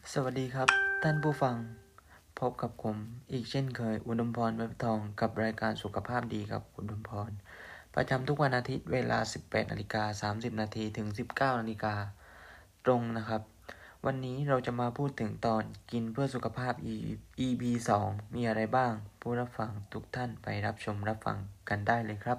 สวัสดีครับท่านผู้ฟังพบกับผมอีกเช่นเคยอุดมพร เว็บทองกับรายการสุขภาพดีกับอุดมพรประจำทุกวันอาทิตย์เวลา 18:30 นาทีถึง 19:00 นตรงนะครับวันนี้เราจะมาพูดถึงตอนกินเพื่อสุขภาพ EP 2 มีอะไรบ้างผู้รับฟังทุกท่านไปรับชมรับฟังกันได้เลยครับ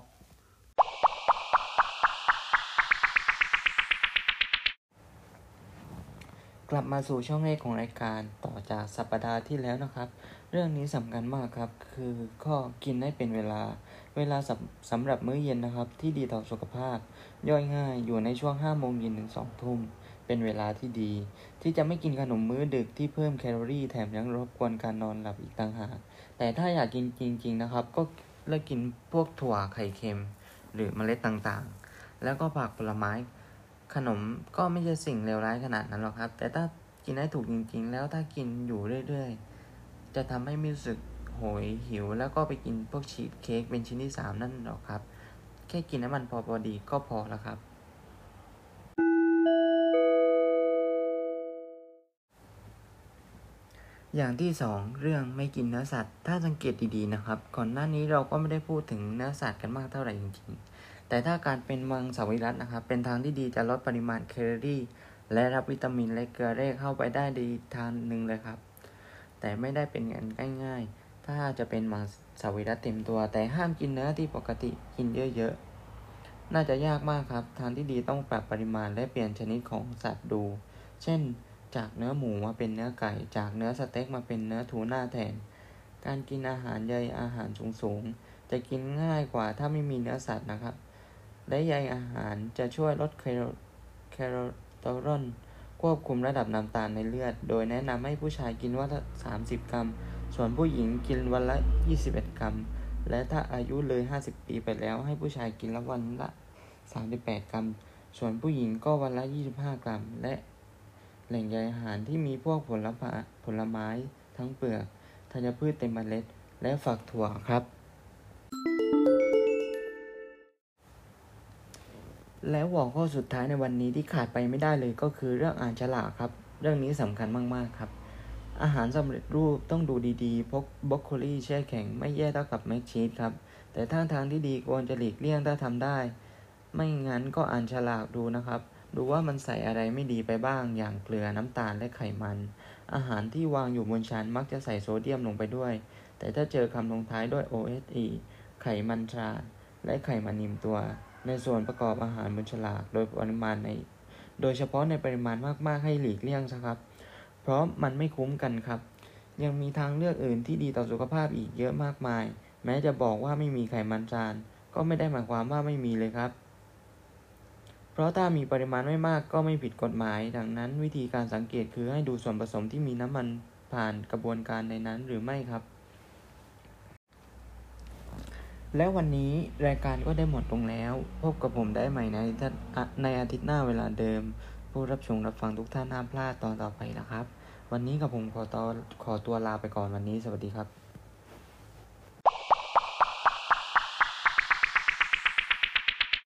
กลับมาสู่ช่องแรกของรายการต่อจากสัปดาห์ที่แล้วนะครับเรื่องนี้สำคัญมากครับคือข้อกินให้เป็นเวลาสำหรับมื้อเย็นนะครับที่ดีต่อสุขภาพย่อยง่ายอยู่ในช่วง5 โมงเย็นถึง 2 ทุ่มเป็นเวลาที่ดีที่จะไม่กินขนมมื้อดึกที่เพิ่มแคลอรี่แถมยังรบกวนการนอนหลับอีกต่างหากแต่ถ้าอยากกินจริงๆนะครับก็เลือกกินพวกถั่วไข่เค็มหรือเมล็ดต่างๆแล้วก็ผักผลไม้ขนมก็ไม่ใช่สิ่งเลวร้ายขนาดนั้นหรอกครับแต่ถ้ากินให้ถูกจริงๆแล้วถ้ากินอยู่เรื่อยๆจะทำให้ไม่รู้สึกโหยหิวแล้วก็ไปกินพวกชีสเค้กเป็นชิ้นที่3นั่นหรอกครับแค่กินให้มันพอดีก็พอแล้วครับอย่างที่2เรื่องไม่กินเนื้อสัตว์ถ้าสังเกตดีๆนะครับก่อนหน้านี้เราก็ไม่ได้พูดถึงเนื้อสัตว์กันมากเท่าไหร่จริงๆแต่ถ้าการเป็นมังสวิรัตินะครับเป็นทางที่ดีจะลดปริมาณแคลอรี่และรับวิตามินและเกลือแร่เข้าไปได้ดีทางหนึ่งเลยครับแต่ไม่ได้เป็นงานง่ายๆถ้าจะเป็นมังสวิรัติเต็มตัวแต่ห้ามกินเนื้อที่ปกติกินเยอะๆน่าจะยากมากครับทางที่ดีต้องปรับปริมาณและเปลี่ยนชนิดของสัตว์ดูเช่นจากเนื้อหมูมาเป็นเนื้อไก่จากเนื้อสเต็กมาเป็นเนื้อทูน่าแทนการกินอาหารใยอาหารสูงๆจะกินง่ายกว่าถ้าไม่มีเนื้อสัตว์นะครับและใยอาหารจะช่วยลดคอเลสเตอรอลควบคุมระดับน้ำตาลในเลือดโดยแนะนำให้ผู้ชายกินวันละ30 กรัมส่วนผู้หญิงกินวันละ21 กรัมและถ้าอายุเลย50 ปีไปแล้วให้ผู้ชายกินวันละ38 กรัมส่วนผู้หญิงก็วันละ25 กรัมและแหล่งใยอาหารที่มีพวกผลไม้ทั้งเปลือกธัญพืชเต็มเมล็ดและฝักถั่วครับแล้วหัวข้อสุดท้ายในวันนี้ที่ขาดไปไม่ได้เลยก็คือเรื่องอ่านฉลากครับเรื่องนี้สำคัญมากๆครับอาหารสำเร็จรูปต้องดูดีๆพกบรอกโคลีแช่แข็งไม่แย่เท่ากับแมคชีสครับแต่ถ้าทางที่ดีควรจะหลีกเลี่ยงถ้าทำได้ไม่งั้นก็อ่านฉลากดูนะครับดูว่ามันใส่อะไรไม่ดีไปบ้างอย่างเกลือน้ำตาลและไขมันอาหารที่วางอยู่บนชั้นมักจะใส่โซเดียมลงไปด้วยแต่ถ้าเจอคำลงท้ายด้วย OSE ไขมันทรานและไขมันอิ่มตัวในส่วนประกอบอาหารบนฉลากโดยเฉพาะในปริมาณมากๆให้หลีกเลี่ยงครับเพราะมันไม่คุ้มกันครับยังมีทางเลือกอื่นที่ดีต่อสุขภาพอีกเยอะมากมายแม้จะบอกว่าไม่มีไขมันทรานก็ไม่ได้หมายความว่าไม่มีเลยครับเพราะถ้ามีปริมาณไม่มากก็ไม่ผิดกฎหมายดังนั้นวิธีการสังเกตคือให้ดูส่วนผสมที่มีน้ำมันผ่านกระบวนการในนั้นหรือไม่ครับแล้ววันนี้รายการก็ได้หมดลงแล้วพบกับผมได้ใหม่ในอาทิตย์หน้าเวลาเดิมผู้รับชมรับฟังทุกท่านห้ามพลาดตอนต่อไปนะครับวันนี้กับผมขอตัวลาไปก่อนวันนี้สวัสดีครับ